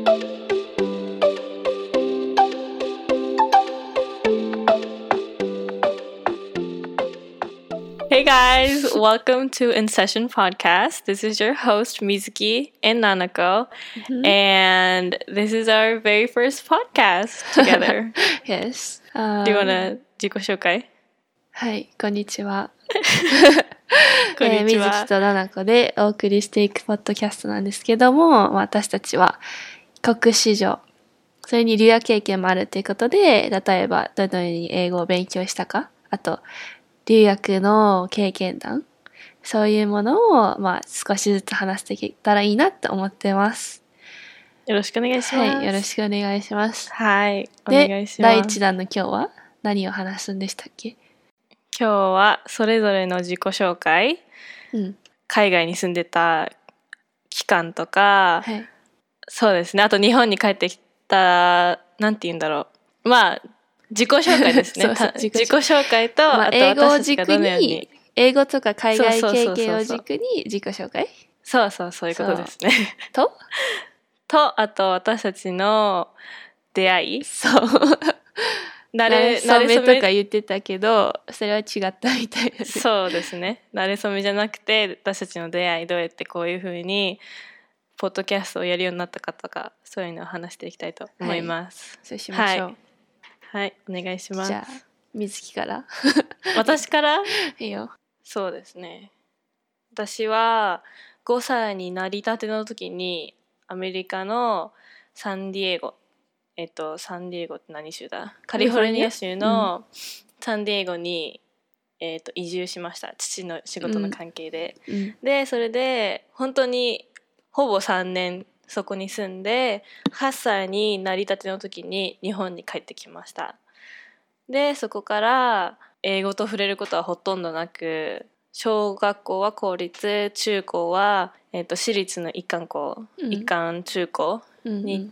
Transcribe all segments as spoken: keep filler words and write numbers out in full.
Hey guys, welcome to In Session Podcast. This is your host Mizuki and Nanako, mm-hmm. and this is our very first podcast together. Yes. Um, Do you want to 自己紹介？ はい、こんにちは。 こんにちは。 えー、MizukiとNanakoでお送りしていくポッドキャストなんですけども、私たちは帰国子女、それに留学経験もあるということで、例えばどのように英語を勉強したか、あと留学の経験談、そういうものを、まあ、少しずつ話していけたらいいなと思ってます。 よろしくお願いします。 はい、よろしくお願いします。 はい、お願いします。 で、だいいちだんの今日は何を話すんでしたっけ？ 今日はそれぞれの自己紹介、うん、海外に住んでた期間とか、はい、そうですね、あと日本に帰ってきた、なんて言うんだろう、まあ自己紹介ですね。そうそう自, 自己紹介と、まあ、あと英語を軸に、英語とか海外経験を軸に自己紹介？ そうそう、そういうことですね。 とと、あと私たちの出会い。 そう。慣れ初めとか言ってたけど、それは違ったみたいな。 そうですね。慣れ初めじゃなくて、私たちの出会い、どうやってこういう風にポッドキャストをやるようになったかとか、そういうのを話していきたいと思います。 はい、そうしましょう。 はいはい、お願いします。 じゃあ、水木から。 私からいいよ。 そうですね。私はごさいになりたての時にアメリカのサンディエゴ、えっと、サンディエゴって何州だ？カリフォルニア州のサンディエゴに、えっと、移住しました。父の仕事の関係で。うん、で、それで本当にほぼさんねんそこに住んで、はっさいになりたての時に日本に帰ってきました。で、そこから英語と触れることはほとんどなく、小学校は公立、中高は、えーと、私立の一貫校、うん、一貫中高に行って、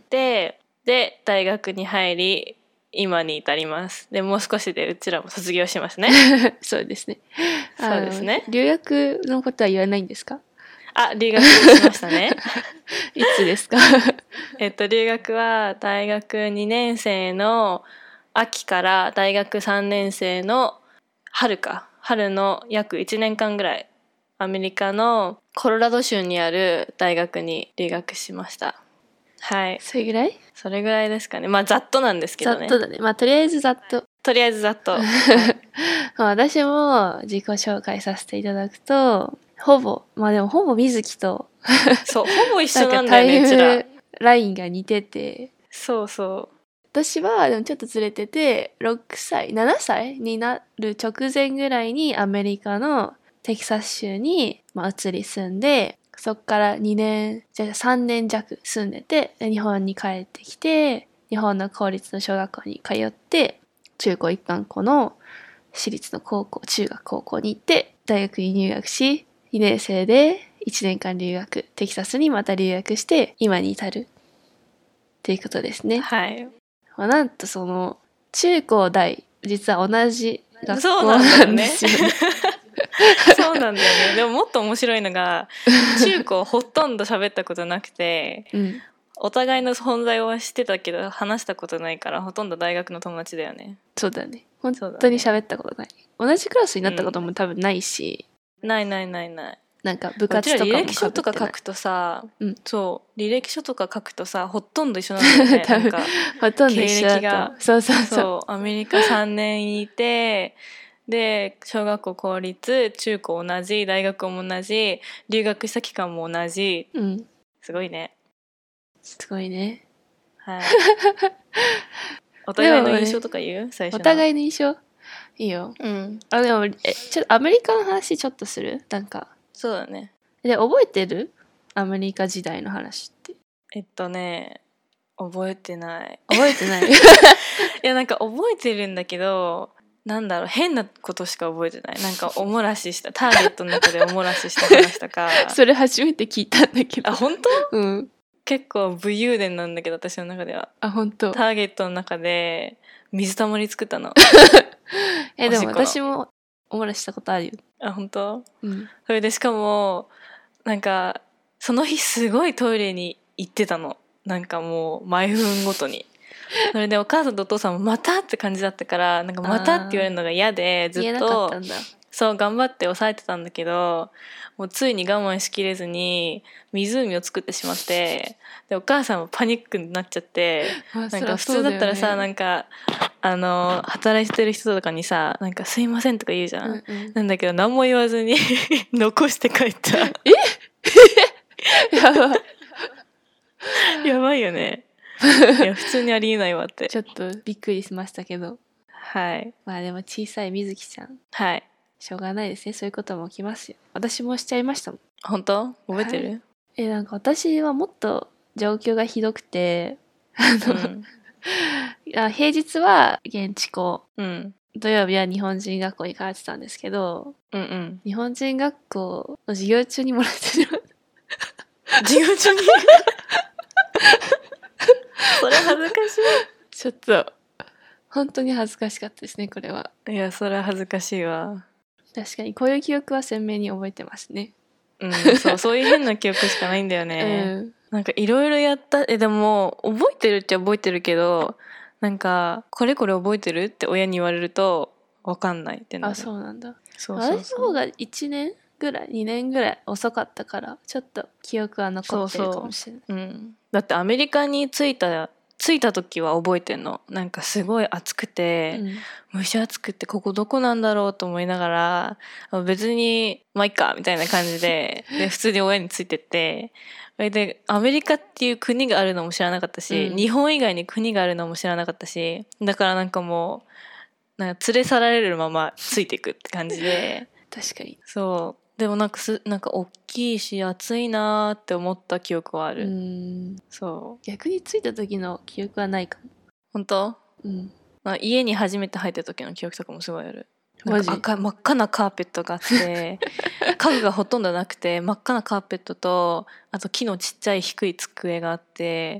うんうん、で、大学に入り、今に至ります。で、もう少しでうちらも卒業しますね。 そうですね。 そうですね。 留学のことは言わないんですか？ あ、留学しましたね。 いつですか？ えっと、留学は大学にねん生の秋から大学さんねん生の春か。春の約いちねんかんぐらい、アメリカのコロラド州にある大学に留学しました。はい。 それぐらい？ それぐらいですかね。まあ、ざっとなんですけどね。 ざっとだね。まあ、とりあえずざっと。 とりあえずざっと。はい、 私も自己紹介させていただくと、ほぼ、まあでもほぼ水木とそう、ほぼ一緒なんだよね、うちら。 ラインが似てて。 そうそう。 私はでもちょっとずれてて、ろくさい、ななさいになる直前ぐらいにアメリカのテキサス州に、まあ、移り住んで、そっからにねん、じゃあさんねん弱住んでて、日本に帰ってきて、日本の公立の小学校に通って、中高一貫校の私立の高校、中学高校に行って、大学に入学し、にねん生でいちねんかん留学、テキサスにまた留学して、今に至る。っていうことですね。 はい。 まあ、なんとその、中高大、実は同じ学校なんですよね。 そうなんだよね。でももっと面白いのが、中高ほとんど喋ったことなくて、うん、お互いの存在は知ってたけど話したことないから、ほとんど大学の友達だよね。 そうだね。本当に喋ったことない。同じクラスになったことも多分ないし。 うん、ないないないない。 なんか部活とかも履歴書とか書くとさ、うん、そう履歴書とか書くとさほとんど一緒なんだよね。なんかほとんど一緒だと。経歴がそうそうそう。 そうアメリカさんねんいて、で小学校公立、中高同じ、大学も同じ、留学した期間も同じ。うん、すごいね。 すごいね。 はい。お互いの印象とか言う？ね、最初の。 お互いの印象いいよ。うん。あでもえちょっとアメリカの話ちょっとする？なんか。 そうだね。 で、覚えてる？アメリカ時代の話って。 えっとね、覚えてない。 覚えてない？いや、なんか覚えてるんだけど、なんだろう、変なことしか覚えてない。なんかおもらしした、ターゲットの中でおもらしした話とか。 それ初めて聞いたんだけど。 あ、本当？ うん。 結構武勇伝なんだけど、私の中では。 あ、本当。 ターゲットの中で水たまり作ったの。 え、でも私もおもらししたことあるよ。 あ、本当？ うん。 それでしかもなんかその日すごいトイレに行ってたの。 なんかもう毎分ごとにそれでお母さんとお父さんもまたって感じだったから、なんかまたって言われるのが嫌でずっと言えなかったんだ。そう頑張って抑えてたんだけど、もうついに我慢しきれずに湖を作ってしまって、でお母さんもパニックになっちゃって、なんか普通だったらさ、なんかあの働いてる人とかにさ、なんかすいませんとか言うじゃん、うんうん、なんだけど何も言わずに残して帰った。えやばやばいよね。いや普通にありえないわって。 ちょっとびっくりしましたけど、 はい。 まあでも小さいみずきちゃん、 はい、 しょうがないですね。そういうことも起きますよ。私もしちゃいましたもん。 本当？覚えてる？はい、 えなんか私はもっと状況がひどくて、あの、うん、平日は現地校、うん、土曜日は日本人学校に通ってたんですけど、うんうん、日本人学校の授業中にもらってしまった。 授業中にそれ恥ずかしい。 ちょっと本当に恥ずかしかったですね、これは。 いやそれは恥ずかしいわ。 確かにこういう記憶は鮮明に覚えてますね。 うん、そうそういう変な記憶しかないんだよね、うん、なんかいろいろやった。えでも覚えてるっちゃ覚えてるけど、なんかこれこれ覚えてるって親に言われると分かんないってなる。 あ、そうなんだ。そうそうそう、私の方がいちねんぐらいにねんぐらい遅かったからちょっと記憶は残ってるかもしれない。 そうそう、うん、だってアメリカに着いた着いた時は覚えてんの。なんかすごい暑くて、うん、蒸し暑くてここどこなんだろうと思いながら、別にまあいっかみたいな感じでで普通に親についてって、それでアメリカっていう国があるのも知らなかったし、うん、日本以外に国があるのも知らなかったし、だからなんかもうなんか連れ去られるままついていくって感じで確かに。 そうでもなんかすなんか大きいし暑いなって思った記憶はある。うん、 そう逆に着いた時の記憶はないかも。 本当？うん、まあ、家に初めて入った時の記憶とかもすごいある。なんか赤真っ赤なカーペットがあって家具がほとんどなくて真っ赤なカーペットと、あと木のちっちゃい低い机があって、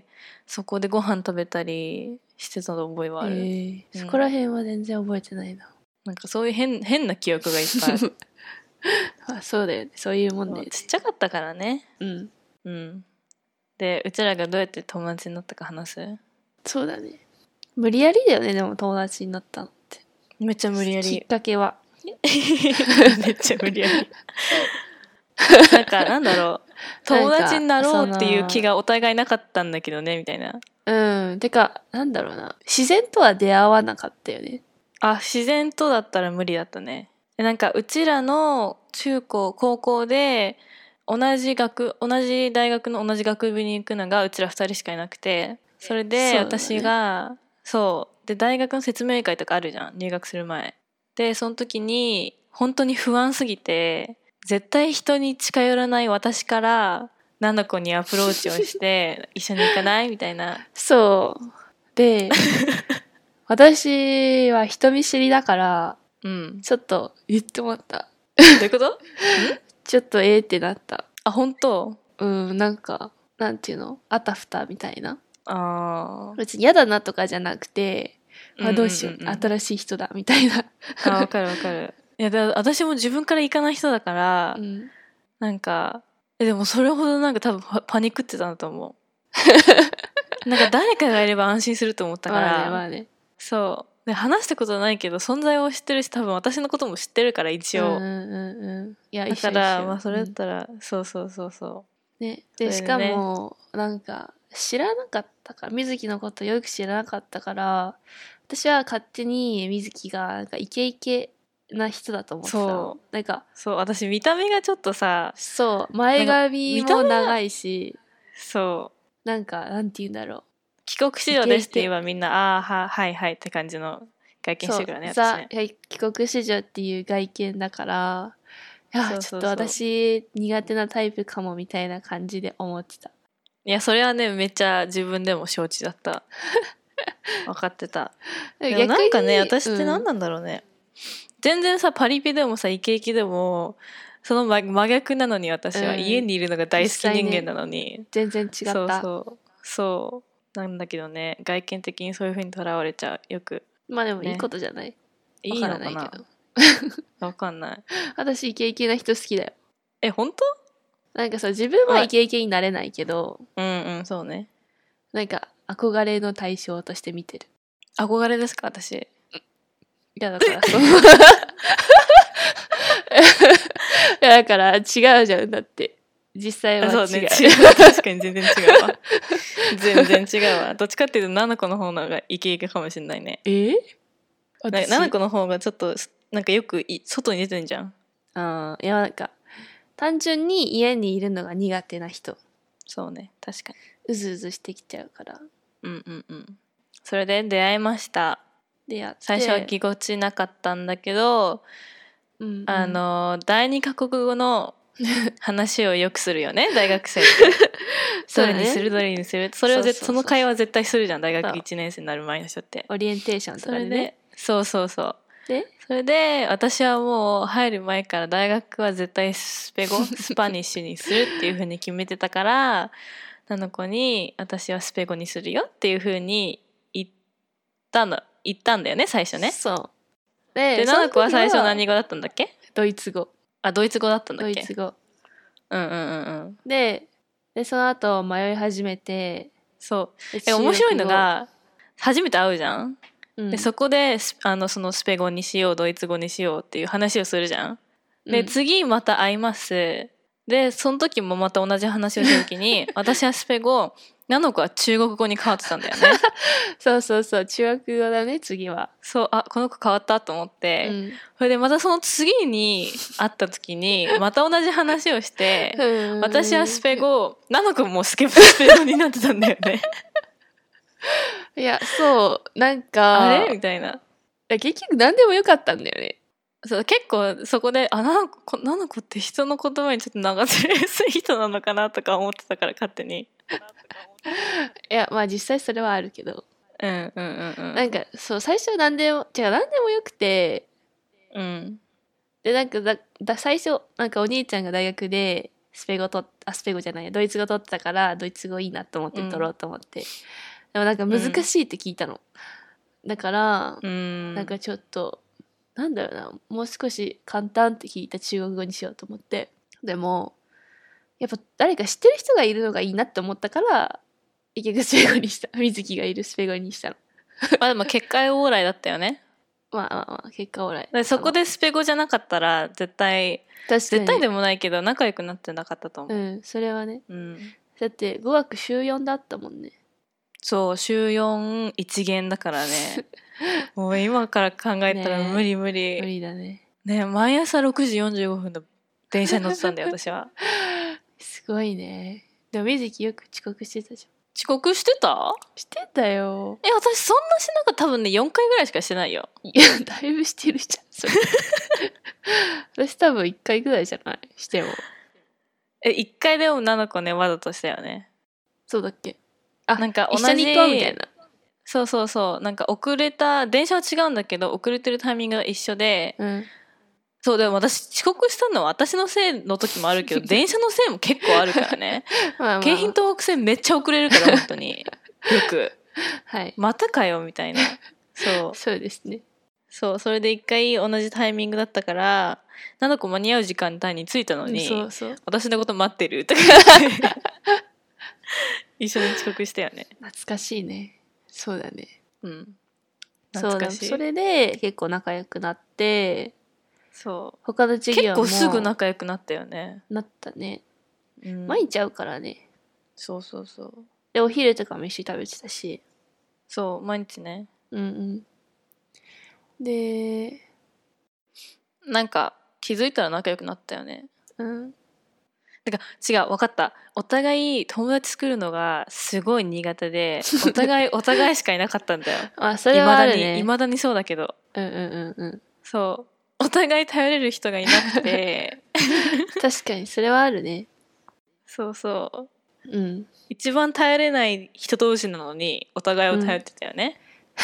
そこでご飯食べたりしてた覚えはある、えーうん、そこら辺は全然覚えてないな。 なんかそういう 変, 変な記憶がいっぱいあるあ、そうだよね、そういうもんで、ね、 ちっちゃかったからね。うんうん。でうちらがどうやって友達になったか話す？ そうだね、無理やりだよね。でも友達になったのってめっちゃ無理やり。 きっかけはめっちゃ無理やりなんかなんだろう、友達になろうっていう気がお互いなかったんだけどねみたいな。 うんてかなんだろうな、自然とは出会わなかったよね。 あ、自然とだったら無理だったね。なんかうちらの中高高校で同じ学同じ大学の同じ学部に行くのがうちらふたりしかいなくて、それで私がそう、で大学の説明会とかあるじゃん、入学する前で。その時に本当に不安すぎて、絶対人に近寄らない私からナナコにアプローチをして一緒に行かないみたいな。 そうで私は人見知りだから、うん、ちょっと言ってもらった。 どういうことちょっとえーってなった。 あ、本当？ うん、なんかなんていうの、あたふたみたいな。あ、別に嫌だなとかじゃなくて、あ、どうしよう、うんうんうん、新しい人だみたいな。 あ、わかるわかる。いやだ私も自分から行かない人だから、うん、なんかえでもそれほどなんか多分パニックってたんだと思うなんか誰かがいれば安心すると思ったから、まあねまあね、そうで話したことないけど存在を知ってるし、多分私のことも知ってるから一応、うんうんうん、いやだからまあそれだったら、うん、そうそうそうそうね。で、ね、しかもなんか知らなかったから、水木のことよく知らなかったから、私は勝手に水木がなんかイケイケな人だと思ってた。そうなんかそう、私見た目がちょっとさ、 そう前髪も長いし、そうなんかなんて言うんだろう、 帰国子女ですって言えばみんなあーははいはいって感じの外見してるからね。 そう、私ね、帰国子女っていう外見だから、いやそうそうそう、ちょっと私苦手なタイプかもみたいな感じで思ってた。 いやそれはねめっちゃ自分でも承知だった分かってた。でもなんかね、私って何なんだろうね、うん、全然さパリピでもさイケイケでもその真真逆なのに、私は家にいるのが大好き人間なのに、うんね、 全然違った。 そうそうそうなんだけどね、外見的にそういう風にとらわれちゃうよく。 まあでもいいことじゃない、ね、 いいのかな、分からないけど分かんない。 私イケイケな人好きだよ。 え本当？ なんかさ、自分はイケイケになれないけど、 うんうんそうね、 なんか憧れの対象として見てる。 憧れですか私。いやだからそういやだから違うじゃん。だって実際は違う。 そうね、違う。確かに全然違うわ。全然違うわ。どっちかっていうとナナコの方のがイケイケかもしれないね。 えー、 ナナコの方がちょっとなんかよくい外に出てんじゃん。 ああ、いやなんか単純に家にいるのが苦手な人。 そうね、確かに。 うずうずしてきちゃうから。 うんうんうん。それで出会いました。 出会って最初はぎこちなかったんだけど、 うんうん、 あの第二カ国語の話をよくするよね大学生ってどれにするどれにするそれをぜその会話絶対するじゃん大学いちねん生になる前の人って。 オリエンテーションとかでね。 そうそうそう。 でそれで私はもう入る前から大学は絶対スペ語スパニッシュにするっていう風に決めてたからナナコに私はスペ語にするよっていう風に言ったの言ったんだよね最初ね。 そうでナナコは最初何語だったんだっけ。 ドイツ語。 あドイツ語だったんだっけ。 ドイツ語。 うんうんうんうん。 ででその後迷い始めて。 そうえ面白いのが初めて会うじゃん、うん、でそこであのそのスペ語にしようドイツ語にしようっていう話をするじゃん。で、うん、次また会います。でその時もまた同じ話をした時に私はスペ語ナノコは中国語に変わってたんだよねそうそうそう中国語だね次は。 そうあこの子変わったと思って、うん、それでまたその次に会った時にまた同じ話をして私はスペ語ナノコもスケスペ語になってたんだよねいやそうなんかあれみたいな。 結局何でもよかったんだよね。 そう結構そこであナナコナナコって人の言葉にちょっと流せやすい人なのかなとか思ってたから勝手にいやまあ実際それはあるけどうんうんうんうんなんかそう最初何でも違う何でもよくてうんでなんかだだ最初なんかお兄ちゃんが大学でスペ語とあスペ語じゃないドイツ語取ってたからドイツ語いいなと思って取ろうと思って、うん、でもなんか難しいって聞いたの、うん、だから、うん、なんかちょっとなんだろうなもう少し簡単って聞いた中国語にしようと思ってでもやっぱ誰か知ってる人がいるのがいいなって思ったから結局スペ語にした水木がいるスペ語にしたのまあでも結果オーライだったよねまあまあまあ結果オーライそこでスペ語じゃなかったら絶対絶対でもないけど仲良くなってなかったと思う。 うんそれはね、うん、だって語学週よんだったもんね。 そう週よん一限だからねもう今から考えたら無理無理、 ね、無理だねね毎朝ろくじよんじゅうごふんの電車に乗ってたんだよ私はすごいね。でも水木よく遅刻してたじゃん。 遅刻してたしてたよ。 え私そんなしなんか多分ねよんかいぐらいしかしてないよ。 いやだいぶしてるじゃんそれ私多分いっかいぐらいじゃないしても。 えいっかいでもナナコねわざとしたよね。 そうだっけ。あなんか同じ一緒に行こうみたいな。 そうそうそうなんか遅れた電車は違うんだけど遅れてるタイミングが一緒で、うん、そうでも私遅刻したのは私のせいの時もあるけど電車のせいも結構あるからねまあ、まあ、京浜東北線めっちゃ遅れるから本当によく、はい、またかよみたいなそうそうですね。 そうそれで一回同じタイミングだったからナナコ間に合う時間帯に着いたのに、うん、そうそう私のこと待ってるとか言って一緒に遅刻したよね。 懐かしいね。そうだね。 うん懐かしい。そうそれで結構仲良くなってそう他の授業も結構すぐ仲良くなったよね。 なったね、うん、毎日会うからね。 そうそうそうでお昼とかも一緒に食べてたしそう毎日ね。 うんうんでなんか気づいたら仲良くなったよね。 うんだから違う分かったお互い友達作るのがすごい苦手でお互いお互いしかいなかったんだよあそれはあるね。 いまだにそうだけどうんうんうんうんそうお互い頼れる人がいなくて確かにそれはあるね。 そうそううん一番頼れない人同士なのにお互いを頼ってたよね、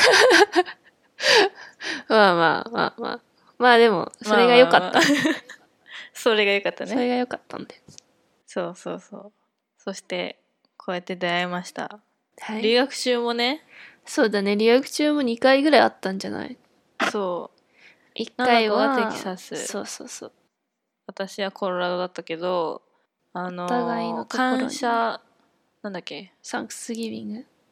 うん、まあまあまあまあまあでもそれが良かった、まあまあまあ、 それが良かったね。 それが良かったんでそうそうそうそしてこうやって出会いました、 はい、 留学中もね。 そうだね留学中もにかいぐらいあったんじゃない。 そういっかいはテキサスそうそうそう私はコロラドだったけどあのお互いのところに感謝なんだっけサンクスギビング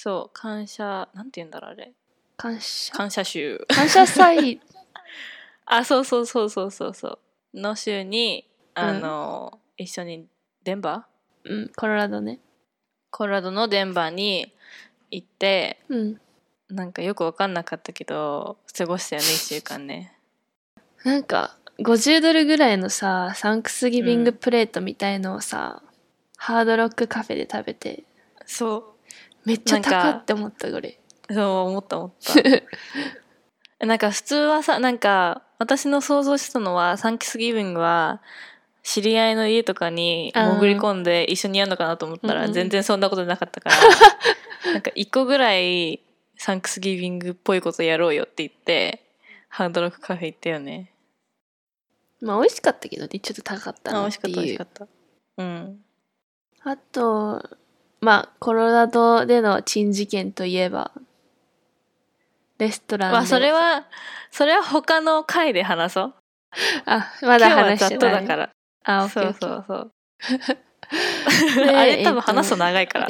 そう感謝なんて言うんだろうあれ感謝感謝週感謝祭あそうそうそうそうそうそうの週にあの、うん、一緒にデンバーうんコロラドねコロラドのデンバーに行って、 うん、 なんかよく分かんなかったけど過ごしたよねいっしゅうかんね。 なんかごじゅうドルぐらいのさサンクスギビングプレートみたいのをさ、うん、ハードロックカフェで食べてそうめっちゃ高って思ったこれそう思った思ったなんか普通はさなんか私の想像したのはサンクスギビングは知り合いの家とかに潜り込んで一緒にやるのかなと思ったら全然そんなことなかったから、うんうん、なんか一個ぐらいサンクスギビングっぽいことやろうよって言ってハードロックカフェ行ったよね。 まあ美味しかったけどねちょっと高かったなっていう。 美味しかった美味しかった。うん。 あとまあコロラドでの珍事件といえばレストランで。 まあそれはそれは他の回で話そう。 あまだ話してない。 今日はざっとだから。 あそうそうそう。あれ多分話すと長いから。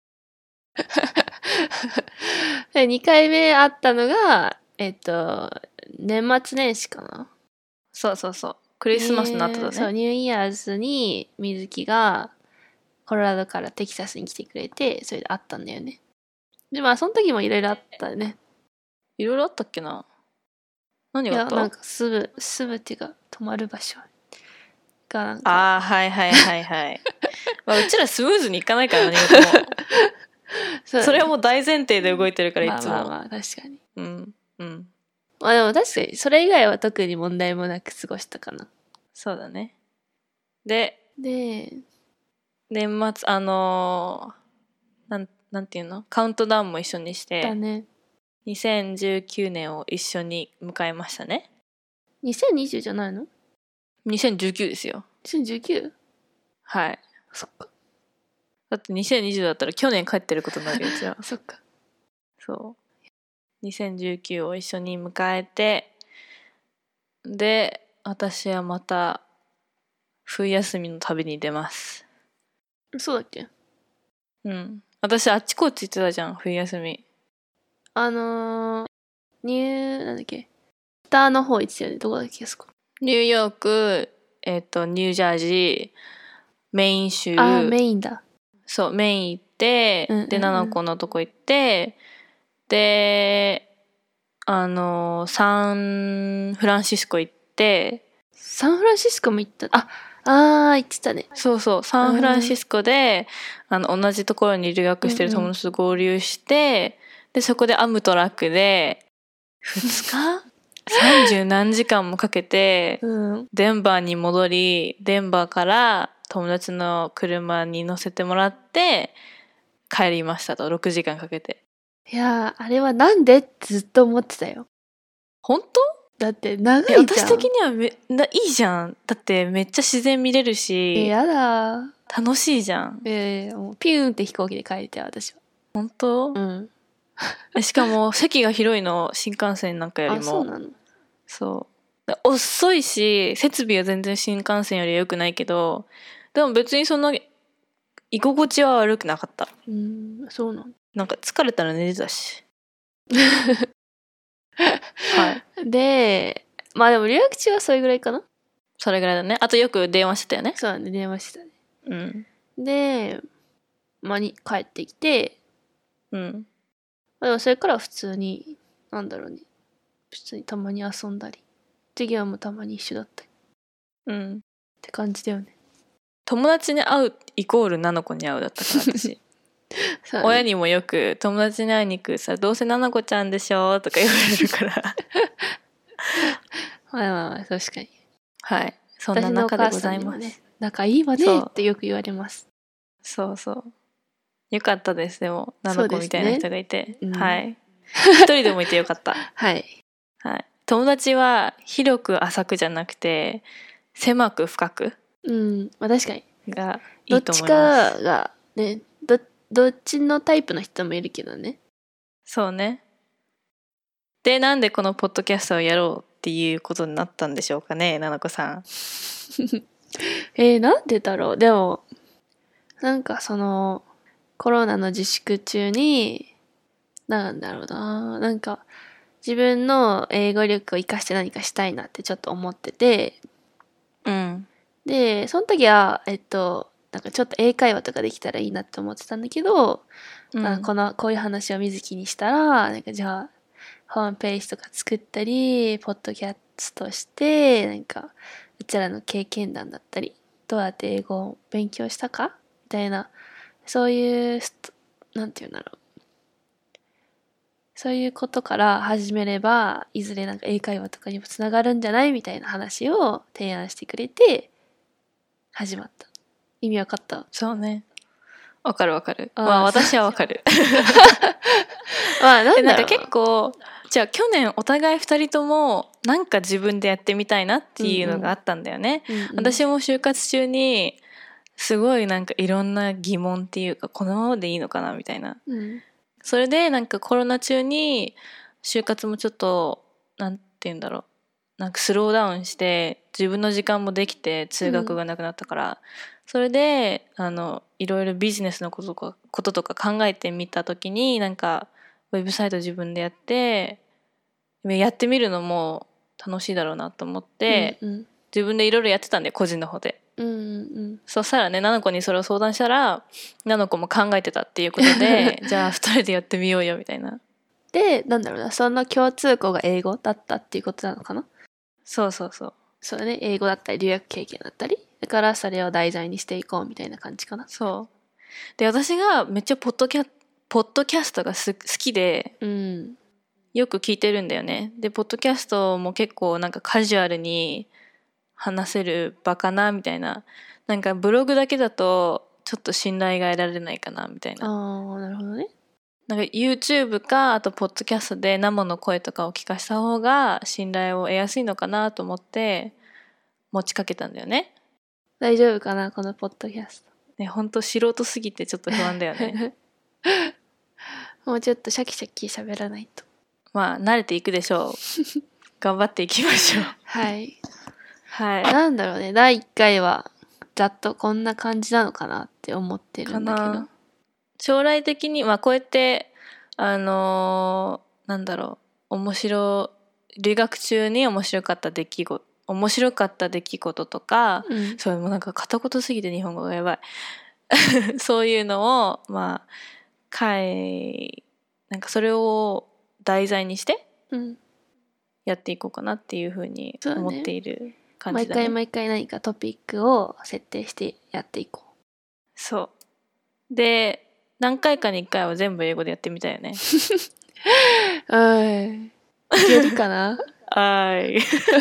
でにかいめ会ったのがえっと年末年始かな。 そうそうそうクリスマスの後だね。 そうニューイヤーズに水木がコロラドからテキサスに来てくれてそれで会ったんだよね。でまあその時もいろいろあったよね。 いろいろあったっけな。何があった？ いやなんか住む住むっていうか泊まる場所がなんかああはいはいはいはい、まあ、うちらスムーズにいかないから何事もそ, ね、それはもう大前提で動いてるからいつも。 まあまあまあ確かに。 うんうんまあでも確かにそれ以外は特に問題もなく過ごしたかな。 そうだね。でで年末あのー、なんなんていうのカウントダウンも一緒にしてだねにせんじゅうきゅうねんを一緒に迎えましたね。 にせんにじゅうじゃないの？ にせんじゅうきゅうですよ。 にせんじゅうきゅう？ はい。 そっか。 だってにせんにじゅうだったら去年帰ってることになるよじゃあ。 そっか。 そうにせんじゅうきゅうを一緒に迎えてで私はまた冬休みの旅に出ます。 そうだっけ？ うん私あっちこっち行ってたじゃん冬休み。 あのー、ニューなんだっけ北の方行ってたよね。どこだっけそこ。 ニューヨークえっとニュージャージーメイン州。 あメインだ。 そうメイン行って、うんうんうん、でナナコのとこ行ってであのサンフランシスコ行ってサンフランシスコも行った。ああー行ってたね。 そうそうサンフランシスコで、うん、あの同じところに留学してる友達と合流して、うんうん、でそこでアムトラックでふつかさんじゅう何時間もかけて、うん、デンバーに戻りデンバーから友達の車に乗せてもらって帰りましたとろくじかんかけて。 いやあれはなんでってずっと思ってたよ。 本当？ だって長いじゃん。 私的にはめないいじゃん。だってめっちゃ自然見れるし。 えやだ楽しいじゃん。 えー、もうピューンって飛行機で帰りたい私は。 本当？うんしかも席が広いの新幹線なんかよりも。 あそうなの。 そう遅いし設備は全然新幹線より良くないけどでも別にその居心地は悪くなかった。 うんそうなの。 なんか疲れたら寝てたしはい。でまあでも留学中はそれぐらいかな。 それぐらいだね。あとよく電話してたよね。 そうだね電話してたね。 うんでまあに帰ってきてうんまあでもそれから普通になんだろうね普通にたまに遊んだり授業もたまに一緒だったりうんって感じだよね。 友達に会うイコールナナコに会うだったから私、ね、親にもよく友達に会いに行くさどうせナナコちゃんでしょとか言われるからまあまあまあ確かにはいそんな仲でございます、ね、 仲いいわねってよく言われます。 そうそうよかったです。でもナナコみたいな人がいて、ねうん、はい一人でもいてよかったはい、はい、 友達は広く浅くじゃなくて狭く深くうんまあ確かにがいいと思います。どっちかがね ど, どっちのタイプの人もいるけどね。 そうね。でなんでこのポッドキャストをやろうっていうことになったんでしょうかねナナコさんえー、なんでだろう。でもなんかそのコロナの自粛中になんだろうな。なんか、自分の英語力を活かして何かしたいなってちょっと思ってて、 うん。 で、その時は、えっと、なんかちょっと英会話とかできたらいいなって思ってたんだけど、 うんあこの、こういう話を水木にしたら、なんかじゃあ、ホームページとか作ったり、ポッドキャストして、なんか、うちらの経験談だったり、どうやって英語を勉強したかみたいな、そういうスト、なんていうんだろう。そういうことから始めれば、いずれなんか英会話とかにもつながるんじゃないみたいな話を提案してくれて、始まった。意味わかった？ そうね。わかるわかる。 あーまあ私はわかる。 まあ、なんでなんかだろう。 結構じゃあ去年お互いふたりともなんか自分でやってみたいなっていうのがあったんだよね。 うんうん、 私も就活中にすごいなんかいろんな疑問っていうかこのままでいいのかなみたいな。 うん、 それでなんかコロナ中に就活もちょっとなんて言うんだろう。なんかスローダウンして自分の時間もできて通学がなくなったから、うん、それであのいろいろビジネスのこととか、こととか考えてみた時になんかウェブサイト自分でやってやってみるのも楽しいだろうなと思って、 うんうん、 自分でいろいろやってたんで個人の方で、 うんうん、 そしたらねナナコにそれを相談したらナナコも考えてたっていうことでじゃあふたりでやってみようよみたいな。 で、なんだろうな、その共通項が英語だったっていうことなのかな。 そうそうそう。 そうね、英語だったり留学経験だったり、だからそれを題材にしていこうみたいな感じかな。 そうで私がめっちゃポッドキャポッドキャストがす好きで、 うん、 よく聞いてるんだよね。でポッドキャストも結構なんかカジュアルに話せる場かなみたいな。なんかブログだけだとちょっと信頼が得られないかなみたいな。 ああ、なるほどね。 なんか YouTube かあとポッドキャストで生の声とかを聞かせた方が信頼を得やすいのかなと思って持ちかけたんだよね。 大丈夫かなこのポッドキャスト。 ね、ほんと素人すぎてちょっと不安だよね。 もうちょっとシャキシャキ喋らないと。 まあ慣れていくでしょう。頑張っていきましょう。 はいはい。 なんだろうね、だいいっかいはざっとこんな感じなのかなって思ってるんだけど。 将来的にまあこうやってあのー、なんだろう面白留学中に面白かった出来事面白かった出来事とか、 うん、 それもなんか片言すぎて日本語がやばいそういうのをまあかいなんかそれを題材にしてやっていこうかなっていうふうに思っている感じだね。 毎回毎回何かトピックを設定してやっていこう。 そうで何回かにいっかいは全部英語でやってみたいよね。 はい。いけるかなはい。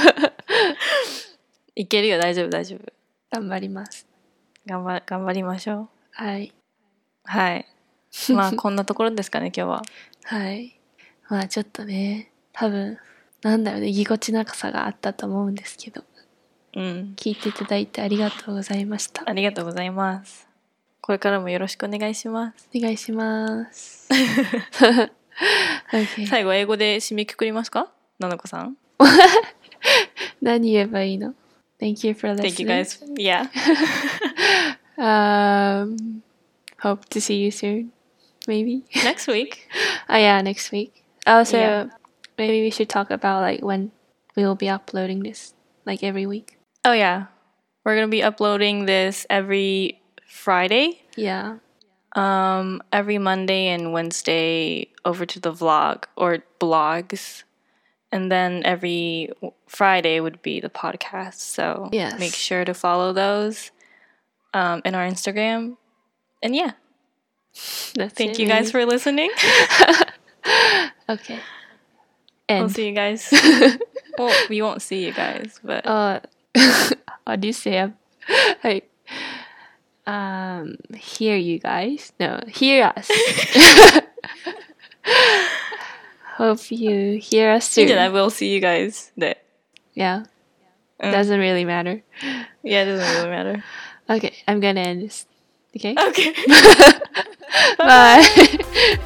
いけるよ、大丈夫大丈夫。 頑張ります。 頑張頑張りましょう。 はい。 はい。まあこんなところですかね今日は。 はい。まあちょっとね、多分なんだろうね、ぎこちなさがあったと思うんですけど。 うん。 聞いていただいてありがとうございました。 ありがとうございます。これからもよろしくお願いします。 お願いします。okay. 最後英語で締めくくりますか、ななこさん。 何言えばいいの ？Thank you for listening. Thank you guys. Yeah. um, hope to see you soon. Maybe next week. Oh yeah, next week. Also, yeah. maybe we should talk about like when we will be uploading this, like every week. Oh yeah, we're gonna be uploading this every Friday. Yeah. Um, every Monday and Wednesday over to the vlog or blogs. And then every Friday would be the podcast. So yes. make sure to follow those um, in our Instagram. And yeah. That's Thank it, you maybe. guys for listening. Okay. We'll see you guys. Well, we won't see you guys, but... Uh, how do you say? Like, um, hear you guys? No, hear us. Hope you hear us soon. Yeah, I will see you guys. That. Yeah. Um, Doesn't really matter. Yeah, it doesn't really matter. Okay, I'm gonna end this. Okay? Okay. Bye.